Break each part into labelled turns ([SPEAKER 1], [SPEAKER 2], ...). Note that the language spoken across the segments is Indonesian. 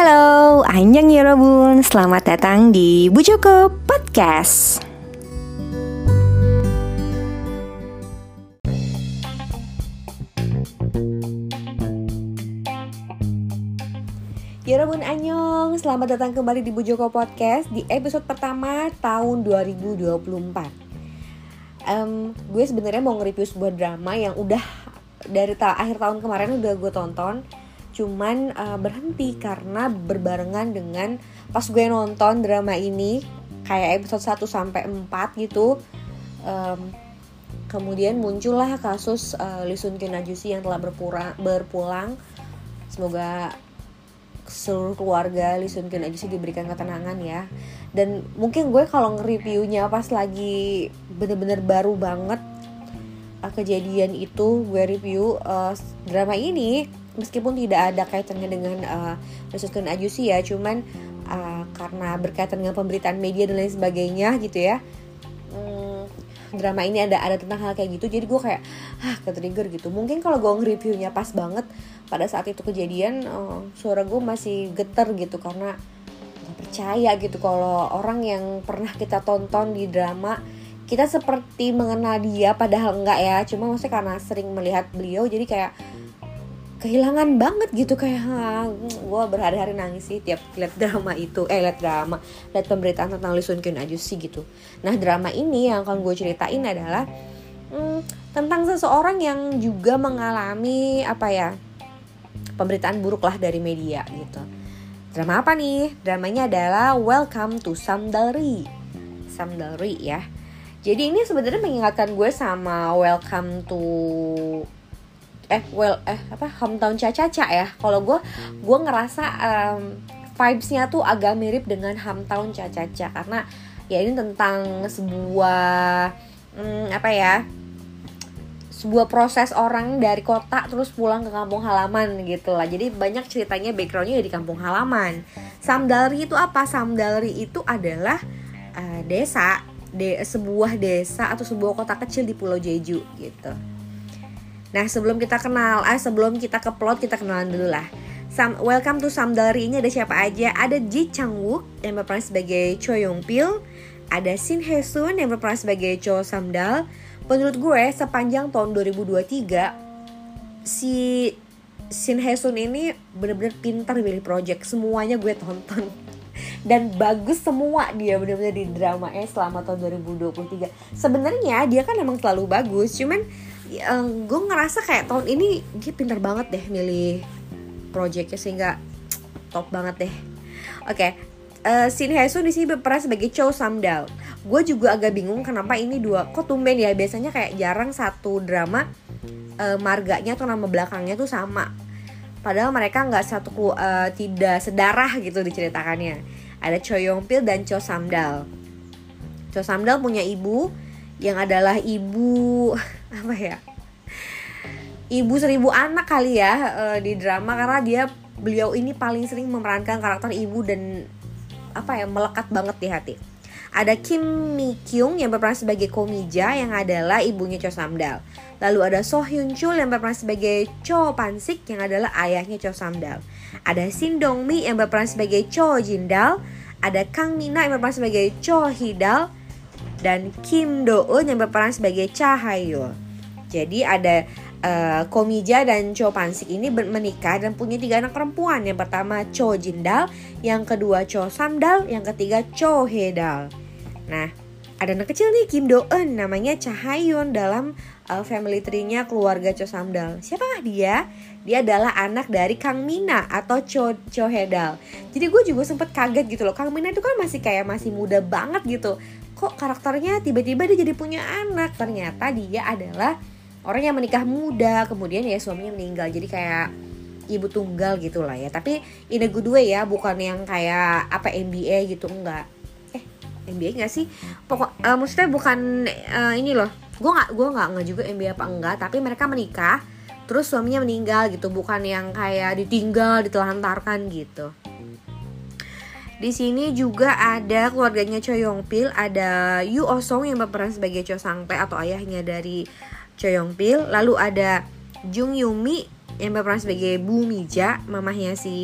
[SPEAKER 1] Halo, Annyeong Yorobun. Selamat datang di Bu Joko Podcast. Yorobun Annyeong, selamat datang kembali di Bu Joko Podcast di episode pertama tahun 2024. Gue sebenarnya mau nge-review sebuah drama yang udah dari akhir tahun kemarin udah gue tonton. Cuman berhenti karena berbarengan dengan pas gue nonton drama ini kayak episode 1 sampai 4 gitu. Kemudian muncullah kasus Lee Sun Kyun Ajusi yang telah berpulang. Semoga seluruh keluarga Lee Sun Kyun Ajusi diberikan ketenangan ya. Dan mungkin gue kalau nge-reviewnya pas lagi bener-bener baru banget kejadian itu, gue review drama ini meskipun tidak ada kaitannya dengan Lee Sun Kyun Ajusi ya, cuman karena berkaitan dengan pemberitaan media dan lain sebagainya gitu ya. Drama ini ada tentang hal kayak gitu, jadi gue kayak ke-trigger gitu. Mungkin kalau gue nge-reviewnya pas banget pada saat itu kejadian, suara gue masih getar gitu karena gak percaya gitu kalau orang yang pernah kita tonton di drama kita seperti mengenal dia, padahal enggak ya. Cuma maksudnya karena sering melihat beliau jadi kayak kehilangan banget gitu. Kayak gue berhari-hari nangis sih tiap lihat drama itu. Lihat pemberitaan tentang Lee Sun Kyun Ajusi gitu. Nah, drama ini yang akan gue ceritain adalah tentang seseorang yang juga mengalami pemberitaan buruk lah dari media gitu. Drama apa nih? Dramanya adalah Welcome to Samdalri ya. Jadi ini sebenarnya mengingatkan gue sama Welcome to Hometown Cha Cha Cha ya. Kalau gue ngerasa vibes-nya tuh agak mirip dengan Hometown Cha Cha Cha karena ya ini tentang sebuah sebuah proses orang dari kota terus pulang ke kampung halaman gitu lah. Jadi banyak ceritanya, backgroundnya di kampung halaman. Samdalri itu apa? Samdalri itu adalah sebuah desa atau sebuah kota kecil di Pulau Jeju gitu. Nah, sebelum kita ke plot, kita kenalan dulu lah. Welcome to Samdalri ini ada siapa aja? Ada Ji Chang-wook yang berperan sebagai Cho Yong-pil, ada Shin Hye-sun yang berperan sebagai Cho Samdal. Menurut gue sepanjang tahun 2023 si Shin Hye-sun ini benar-benar pintar pilih project. Semuanya gue tonton dan bagus semua dia benar-benar di dramanya selama tahun 2023. Sebenarnya dia kan emang selalu bagus, cuman gue ngerasa kayak tahun ini dia pintar banget deh milih projectnya sehingga top banget deh. Oke. Shin Hye-sun di sini berperan sebagai Cho Samdal. Gue juga agak bingung kenapa ini kok tumben ya. Biasanya kayak jarang satu drama marganya atau nama belakangnya tuh sama. Padahal mereka tidak sedarah gitu diceritakannya. Ada Cho Yong-pil dan Cho Samdal. Cho Samdal punya ibu yang adalah ibu ibu 1000 anak kali ya di drama, karena beliau ini paling sering memerankan karakter ibu dan melekat banget di hati. Ada Kim Mi Kyung yang berperan sebagai Ko Mija yang adalah ibunya Cho Samdal. Lalu ada So Hyun Chul yang berperan sebagai Cho Pansik yang adalah ayahnya Cho Samdal. Ada Shin Dong Mi yang berperan sebagai Cho Jindal. Ada Kang Mina yang berperan sebagai Cho Hidal. Dan Kim Do Eun yang berperan sebagai Cha Hae-yul. Jadi ada Ko Mija dan Cho Pansik ini menikah dan punya 3 anak perempuan. Yang pertama Cho Jindal, yang kedua Cho Samdal, yang ketiga Cho Hye-dal. Nah, ada anak kecil nih Kim Do Eun, namanya Cha Hae-yun dalam family tree-nya keluarga Cho Samdal. Siapakah dia? Dia adalah anak dari Kang Mina atau Cho Hye-dal. Jadi gue juga sempet kaget gitu loh. Kang Mina itu kan masih muda banget gitu. Kok karakternya tiba-tiba dia jadi punya anak? Ternyata dia adalah orang yang menikah muda, kemudian ya suaminya meninggal. Jadi kayak ibu tunggal gitu lah ya. Tapi in a good way ya, bukan yang kayak MBA gitu, enggak. MBA enggak sih? Maksudnya bukan ini loh. Gue enggak juga MBA apa enggak, tapi mereka menikah terus suaminya meninggal gitu, bukan yang kayak ditinggal, ditelantarkan gitu. Di sini juga ada keluarganya Cho Yong-pil, ada Yu Oh-sung yang berperan sebagai Cho Sang-tae atau ayahnya dari Cho Yong-pil. Lalu ada Jung Yumi yang berperan sebagai Bu Mija, mamahnya si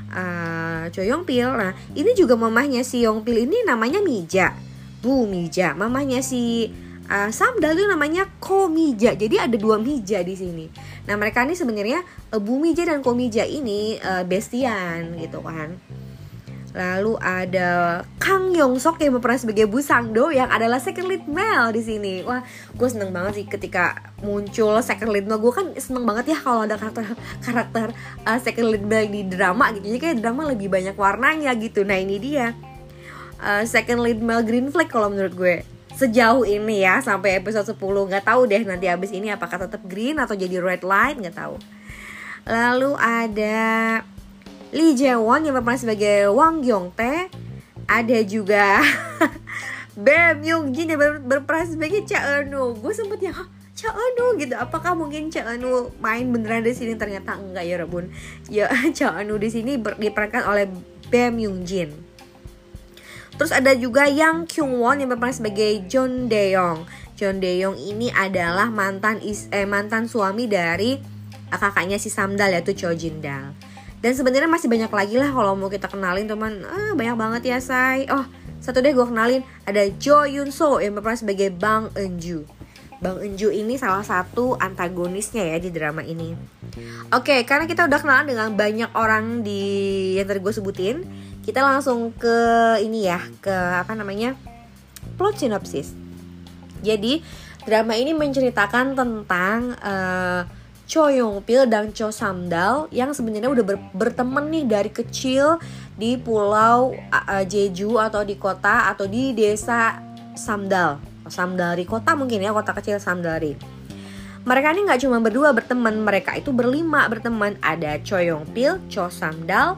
[SPEAKER 1] Cho Yong Pil. Nah ini juga mamahnya si Yong Pil ini namanya Mija, Bu Mija. Mamahnya si Samdal itu namanya Ko Mija. Jadi ada 2 Mija di sini. Nah mereka ini sebenarnya Bu Mija dan Ko Mija ini bestian gitu kan. Lalu ada Kang Yong Sok yang berperan sebagai Bu Sang-do yang adalah second lead male di sini. Wah, gue seneng banget sih ketika muncul second lead male. Gue kan seneng banget ya kalau ada karakter second lead male di drama gitu. Jadi kayak drama lebih banyak warnanya gitu. Nah ini dia second lead male green flag kalau menurut gue sejauh ini ya, sampai episode 10. Gak tahu deh nanti abis ini apakah tetap green atau jadi red light, gak tahu. Lalu ada Lee Jae-won yang berperan sebagai Wang Gyong-tae. Ada juga Bae Myung-jin yang berperan sebagai Cha Eun-woo. Gue sempet ya, Cha Eun-woo gitu. Apakah mungkin Cha Eun-woo main beneran di sini? Ternyata enggak ya, Rabun. Ya, Cha Eun-woo di sini diperankan oleh Bae Myung-jin. Terus ada juga Yang Kyung-won yang berperan sebagai John Dae-yong. John Dae-yong ini adalah mantan suami dari kakaknya si Samdal, yaitu Cho Jin-dal. Dan sebenarnya masih banyak lagi lah kalau mau kita kenalin teman. Banyak banget ya say. Oh, satu deh gue kenalin. Ada Jo Yun-so yang berperan sebagai Bang Eun-ju. Bang Eun-ju ini salah satu antagonisnya ya di drama ini. Oke, karena kita udah kenalan dengan banyak orang yang tadi gue sebutin, kita langsung ke ini ya, ke plot synopsis. Jadi drama ini menceritakan tentang Cho Yong Pil dan Cho Samdal yang sebenarnya udah berteman nih dari kecil di pulau Jeju atau di kota atau di desa Samdalri kota, mungkin ya, kota kecil Samdalri. Mereka ini nggak cuma berdua berteman, mereka itu berlima berteman. Ada Cho Yong Pil, Cho Samdal,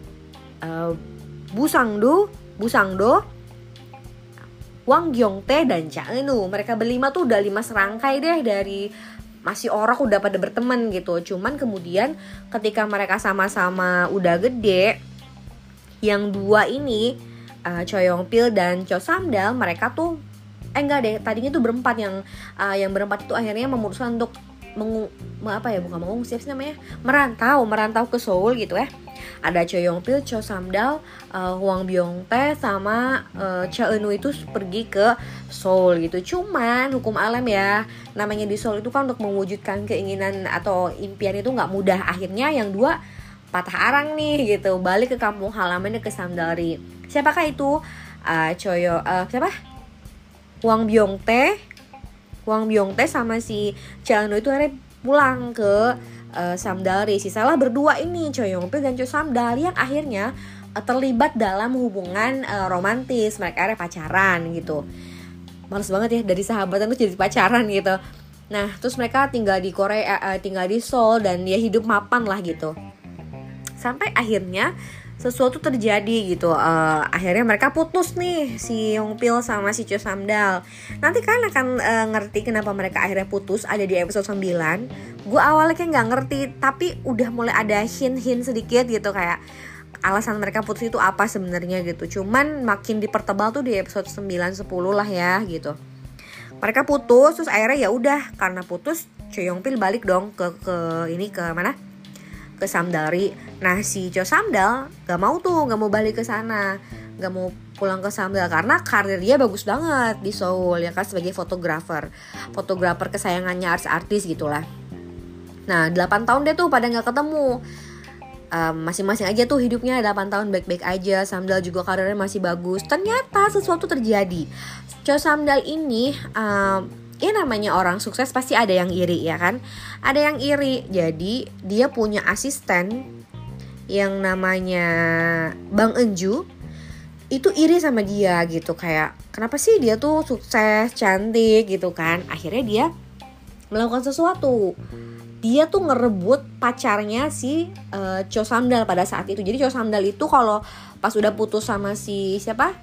[SPEAKER 1] Bu Sang-do, Wang Gyong-tae dan Cha Eun-woo. Mereka berlima tuh udah 5 serangkai deh, dari masih orang udah pada berteman gitu. Cuman kemudian ketika mereka sama-sama udah gede, yang 2 ini Cho Yong Pil dan Cho Samdal, mereka tuh enggak deh, tadinya tuh berempat. Yang berempat itu akhirnya memutuskan untuk merantau ke Seoul gitu ya. Ada Cho Yong Pil, Cho Samdal, Hwang Byung-tae sama Cha Eun-woo itu pergi ke Seoul gitu. Cuman hukum alam ya, namanya di Seoul itu kan untuk mewujudkan keinginan atau impian itu nggak mudah. Akhirnya yang 2 patah arang nih gitu, balik ke kampung halamannya ke Samdalri. Siapakah itu? Hwang Byung-tae sama si Cha Eun-woo itu akhirnya pulang ke Samdalri. Sisalah berdua ini, Cho Yong Pil dan Cho Samdal, yang akhirnya terlibat dalam hubungan romantis. Mereka akhirnya pacaran gitu. Males banget ya, dari sahabatan tuh jadi pacaran gitu. Nah terus mereka tinggal di Korea, tinggal di Seoul, dan ya hidup mapan lah gitu. Sampai akhirnya sesuatu terjadi gitu. Akhirnya mereka putus nih, si Yong Pil sama si Cho Samdal. Nanti kalian akan ngerti kenapa mereka akhirnya putus, ada di episode 9. Gue awalnya kayak gak ngerti, tapi udah mulai ada hint-hint sedikit gitu, kayak alasan mereka putus itu apa sebenarnya gitu. Cuman makin dipertebal tuh di episode 9-10 lah ya gitu. Mereka putus, terus akhirnya ya udah, karena putus Cho Yong Pil balik dong ke mana? Ke Samdalri. Nah si Cho Samdal gak mau balik ke sana, gak mau pulang ke Samdal karena karir dia bagus banget di Seoul ya kan, sebagai fotografer kesayangannya artis gitulah. Nah 8 tahun deh tuh pada gak ketemu, masing-masing aja tuh hidupnya 8 tahun baik-baik aja. Samdal juga karirnya masih bagus. Ternyata sesuatu terjadi. Cho Samdal ini ya namanya orang sukses pasti ada yang iri ya kan. Ada yang iri. Jadi dia punya asisten yang namanya Bang Eun-ju. Itu iri sama dia gitu, kayak kenapa sih dia tuh sukses, cantik gitu kan. Akhirnya dia melakukan sesuatu. Dia tuh ngerebut pacarnya si Cho Samdal pada saat itu. Jadi Cho Samdal itu kalau pas udah putus sama si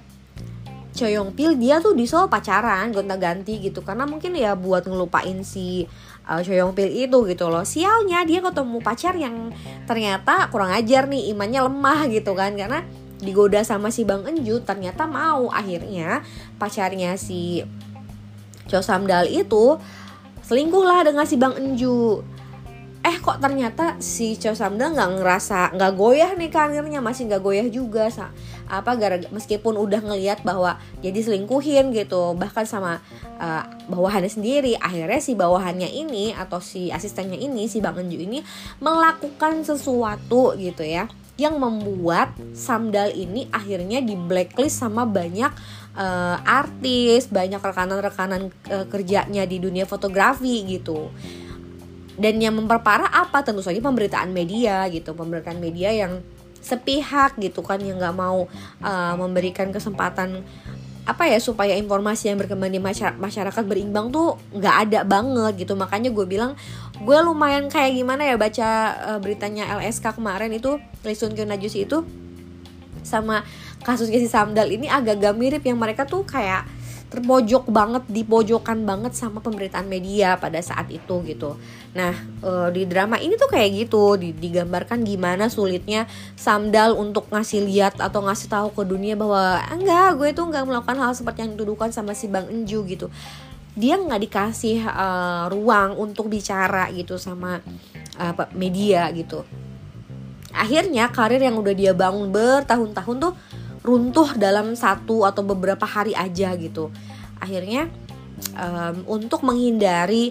[SPEAKER 1] Cho Yong Pil, dia tuh di Seoul pacaran gonta-ganti gitu, karena mungkin ya buat ngelupain si Cho Yong Pil itu gitu loh. Sialnya dia ketemu pacar yang ternyata kurang ajar nih, imannya lemah gitu kan, karena digoda sama si Bang Eun-ju, ternyata mau. Akhirnya pacarnya si Cho Samdal itu selingkuh lah dengan si Bang Eun-ju. kok ternyata si Cho Samdal nggak goyah nih karirnya, masih nggak goyah juga meskipun udah ngelihat bahwa dia diselingkuhin gitu, bahkan sama bawahannya sendiri. Akhirnya si bawahannya ini atau si asistennya ini, si Bang Enju ini melakukan sesuatu gitu ya, yang membuat Samdal ini akhirnya di blacklist sama banyak artis, banyak rekanan-rekanan kerjanya di dunia fotografi gitu. Dan yang memperparah apa? Tentu saja pemberitaan media gitu, pemberitaan media yang sepihak gitu kan, yang nggak mau memberikan kesempatan supaya informasi yang berkembang di masyarakat berimbang tuh nggak ada banget gitu. Makanya gue bilang gue lumayan kayak gimana ya baca beritanya LSK kemarin itu, Lee Sun Kyung Najusi itu, sama kasusnya si Samdal ini agak-agak mirip, yang mereka tuh kayak terpojok banget, dipojokkan banget sama pemberitaan media pada saat itu gitu. Nah di drama ini tuh kayak gitu, digambarkan gimana sulitnya Samdal untuk ngasih lihat atau ngasih tahu ke dunia bahwa enggak, gue tuh nggak melakukan hal seperti yang dituduhkan sama si Bang Enju gitu. Dia nggak dikasih ruang untuk bicara gitu sama media gitu. Akhirnya karir yang udah dia bangun bertahun-tahun tuh runtuh dalam satu atau beberapa hari aja gitu. Akhirnya untuk menghindari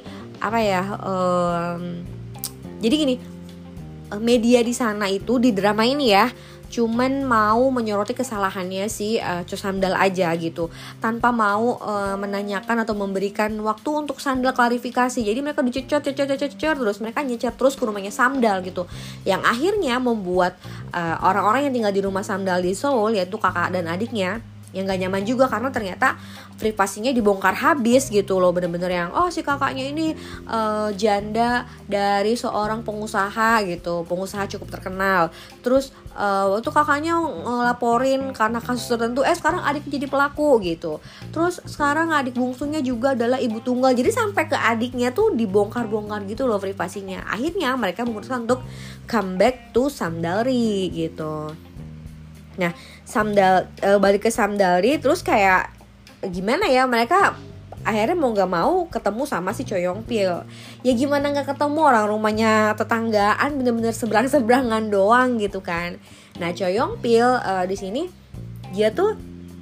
[SPEAKER 1] jadi gini, media di sana itu di drama ini ya cuman mau menyoroti kesalahannya si Cho Samdal aja gitu, tanpa mau menanyakan atau memberikan waktu untuk Samdal klarifikasi. Jadi mereka dicecer terus, mereka nyecer terus ke rumahnya Samdal gitu, yang akhirnya membuat orang-orang yang tinggal di rumah Samdal di Seoul, yaitu kakak dan adiknya, yang gak nyaman juga karena ternyata privasinya dibongkar habis gitu loh. Bener-bener yang si kakaknya ini janda dari seorang pengusaha gitu, pengusaha cukup terkenal. Terus waktu kakaknya ngelaporin karena kasus tertentu, sekarang adik jadi pelaku gitu. Terus sekarang adik bungsunya juga adalah ibu tunggal. Jadi sampai ke adiknya tuh dibongkar-bongkar gitu loh privasinya. Akhirnya mereka memutuskan untuk come back to Samdalri gitu. Nah, balik ke Samdalri, terus kayak gimana ya, mereka akhirnya mau gak mau ketemu sama si Choi Yong Pil. Ya gimana gak ketemu, orang rumahnya tetanggaan, bener-bener seberang-seberangan doang gitu kan. Nah, Choi Yong Pil di sini dia tuh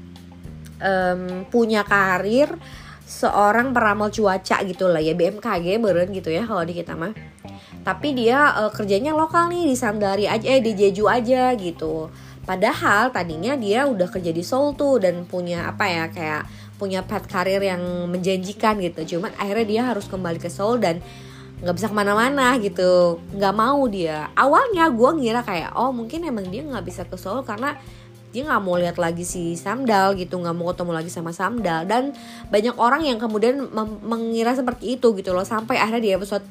[SPEAKER 1] punya karir seorang peramal cuaca gitu lah ya, BMKG beren gitu ya kalau di kita mah. Tapi dia kerjanya lokal nih di Samdalri aja, di Jeju aja gitu. Padahal tadinya dia udah kerja di Seoul tuh dan punya kayak punya path karir yang menjanjikan gitu. Cuman akhirnya dia harus kembali ke Seoul dan nggak bisa kemana-mana gitu, nggak mau dia. Awalnya gue ngira kayak mungkin emang dia nggak bisa ke Seoul karena dia nggak mau lihat lagi si Samdal gitu, nggak mau ketemu lagi sama Samdal. Dan banyak orang yang kemudian mengira seperti itu gitu loh, sampai akhirnya di episode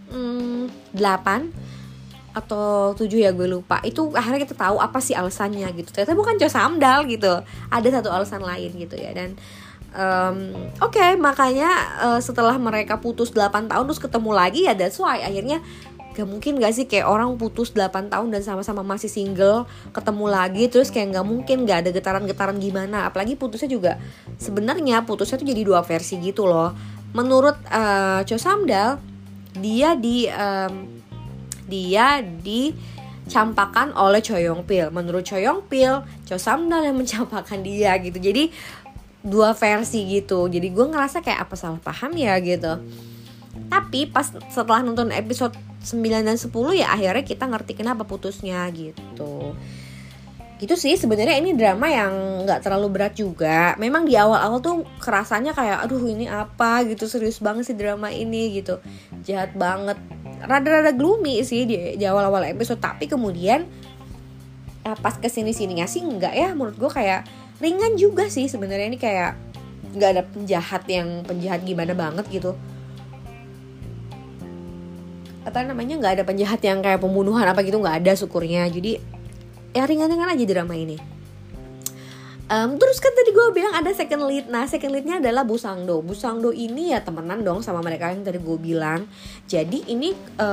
[SPEAKER 1] 8 atau 7 ya gue lupa, itu akhirnya kita tahu apa sih alasannya gitu. Ternyata bukan Cho Samdal gitu, ada satu alasan lain gitu ya. Dan makanya setelah mereka putus 8 tahun terus ketemu lagi ya, that's why akhirnya gak mungkin gak sih kayak orang putus 8 tahun dan sama-sama masih single ketemu lagi terus kayak gak mungkin gak ada getaran-getaran gimana. Apalagi putusnya juga sebenarnya putusnya tuh jadi 2 versi gitu loh. Menurut Cho Samdal, dia dicampakan oleh Choi Yong Pil. Menurut Choi Yong Pil, Cho Samdal yang mencampakan dia gitu. Jadi 2 versi gitu. Jadi gue ngerasa kayak apa salah paham ya gitu. Tapi pas setelah nonton episode 9 dan 10 ya akhirnya kita ngerti kenapa putusnya gitu. Gitu sih sebenarnya, ini drama yang gak terlalu berat juga. Memang di awal-awal tuh kerasanya kayak aduh ini apa gitu, serius banget sih drama ini gitu, jahat banget, rada-rada gloomy sih di awal-awal episode. Tapi kemudian pas kesini-sininya sih enggak ya, menurut gue kayak ringan juga sih sebenarnya. Ini kayak nggak ada penjahat gimana banget gitu, nggak ada penjahat yang kayak pembunuhan apa gitu, nggak ada syukurnya. Jadi ya ringan-ringan aja drama ini. Terus kan tadi gue bilang ada second lead. Nah second leadnya adalah Bu Sang-do. Bu Sang-do ini ya temenan dong sama mereka yang tadi gue bilang. Jadi ini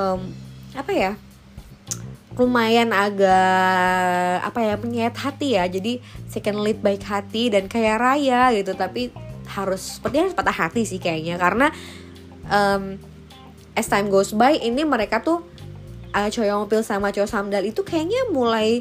[SPEAKER 1] lumayan agak menyayat hati ya. Jadi second lead baik hati dan kaya raya gitu. Tapi harus patah hati sih kayaknya. Karena as time goes by ini mereka tuh Cho Yong Pil sama Cho Samdal itu kayaknya mulai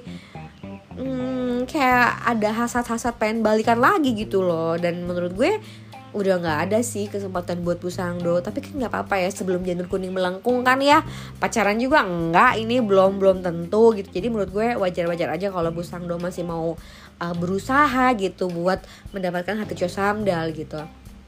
[SPEAKER 1] kayak ada hasad-hasad pengen balikan lagi gitu loh. Dan menurut gue udah nggak ada sih kesempatan buat Bu Sang-do, tapi kan nggak apa-apa ya, sebelum janur kuning melengkung kan ya, pacaran juga enggak, ini belum tentu gitu. Jadi menurut gue wajar-wajar aja kalau Bu Sang-do masih mau berusaha gitu buat mendapatkan hati Cho Samdal gitu.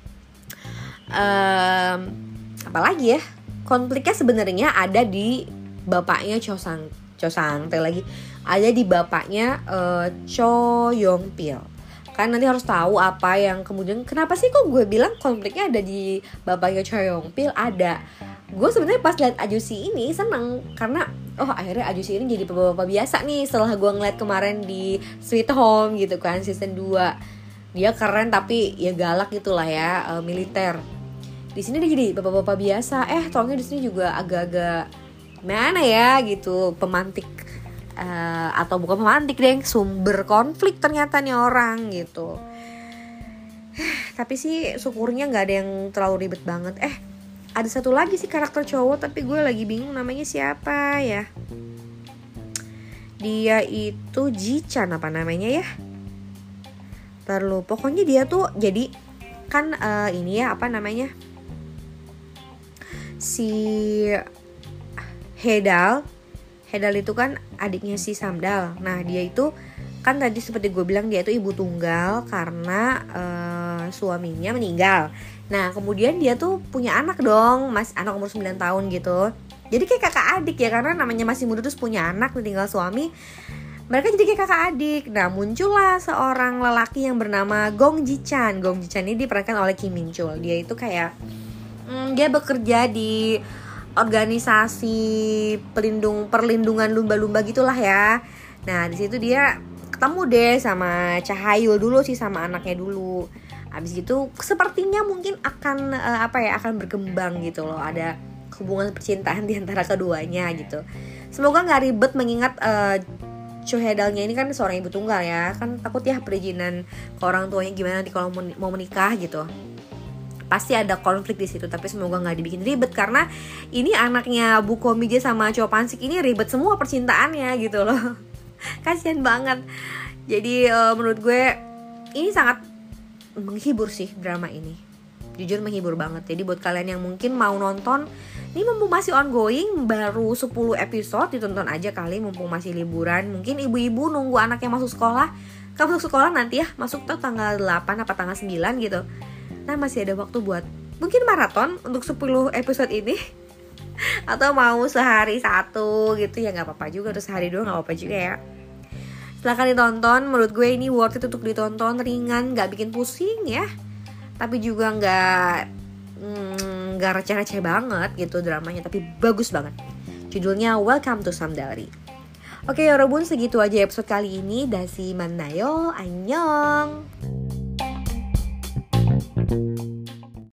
[SPEAKER 1] Apalagi ya, konfliknya sebenarnya ada di bapaknya Cho Sang-tae lagi, ada di bapaknya Cho Yong Pil. Kan nanti harus tahu apa yang kemudian, kenapa sih kok gue bilang konfliknya ada di bapaknya Cho Yong Pil. Ada, gue sebenarnya pas lihat Ajusi ini seneng karena akhirnya Ajusi ini jadi bapak-bapak biasa nih setelah gue ngeliat kemarin di Sweet Home gitu kan, season 2. Dia keren tapi ya galak gitulah ya, militer. Di sini dia jadi bapak-bapak biasa. Tolongnya di sini juga agak-agak mana ya gitu, pemantik atau bukan pemantik deh, sumber konflik ternyata nih orang gitu. Tapi sih syukurnya nggak ada yang terlalu ribet banget. Ada satu lagi sih karakter cowok, tapi gue lagi bingung namanya siapa ya. Dia itu Ji-chan apa namanya ya? Terlalu, pokoknya dia tuh jadi kan ini ya apa namanya, si Hedal itu kan adiknya si Samdal. Nah dia itu kan tadi seperti gue bilang dia itu ibu tunggal karena suaminya meninggal. Nah kemudian dia tuh punya anak dong, anak umur 9 tahun gitu. Jadi kayak kakak adik ya, karena namanya masih muda terus punya anak, ditinggal suami. Mereka jadi kayak kakak adik. Nah muncullah seorang lelaki yang bernama Gong Ji-chan. Gong Ji-chan ini diperankan oleh Kim Min Chul. Dia itu kayak dia bekerja di organisasi perlindungan lumba-lumba gitulah ya. Nah di situ dia ketemu deh sama Cahayul dulu sih, sama anaknya dulu. Abis itu sepertinya mungkin akan akan berkembang gitu loh, ada hubungan percintaan di antara keduanya gitu. Semoga nggak ribet mengingat Cho Hedalnya ini kan seorang ibu tunggal ya, kan takut ya perizinan ke orang tuanya gimana nanti kalau mau menikah gitu. Pasti ada konflik di situ, tapi semoga nggak dibikin ribet karena ini anaknya Bu Komije sama Cho Pansik ini ribet semua percintaannya gitu loh. Kasian banget. Jadi menurut gue ini sangat menghibur sih drama ini. Jujur menghibur banget. Jadi buat kalian yang mungkin mau nonton, ini mumpung masih ongoing, baru 10 episode, ditonton aja kali mumpung masih liburan. Mungkin ibu-ibu nunggu anaknya masuk sekolah. Kamu masuk sekolah nanti ya, masuk tuh tanggal 8 apa tanggal 9 gitu. Nah masih ada waktu buat mungkin maraton untuk 10 episode ini. Atau mau sehari satu gitu ya gak apa-apa juga, atau sehari dua gak apa-apa juga ya. Silahkan ditonton, menurut gue ini worth it untuk ditonton, ringan, gak bikin pusing ya. Tapi juga gak receh-receh banget gitu dramanya, tapi bagus banget. Judulnya Welcome to Samdalri. Oke 여러분, segitu aja episode kali ini. 다시 만나요. 안녕.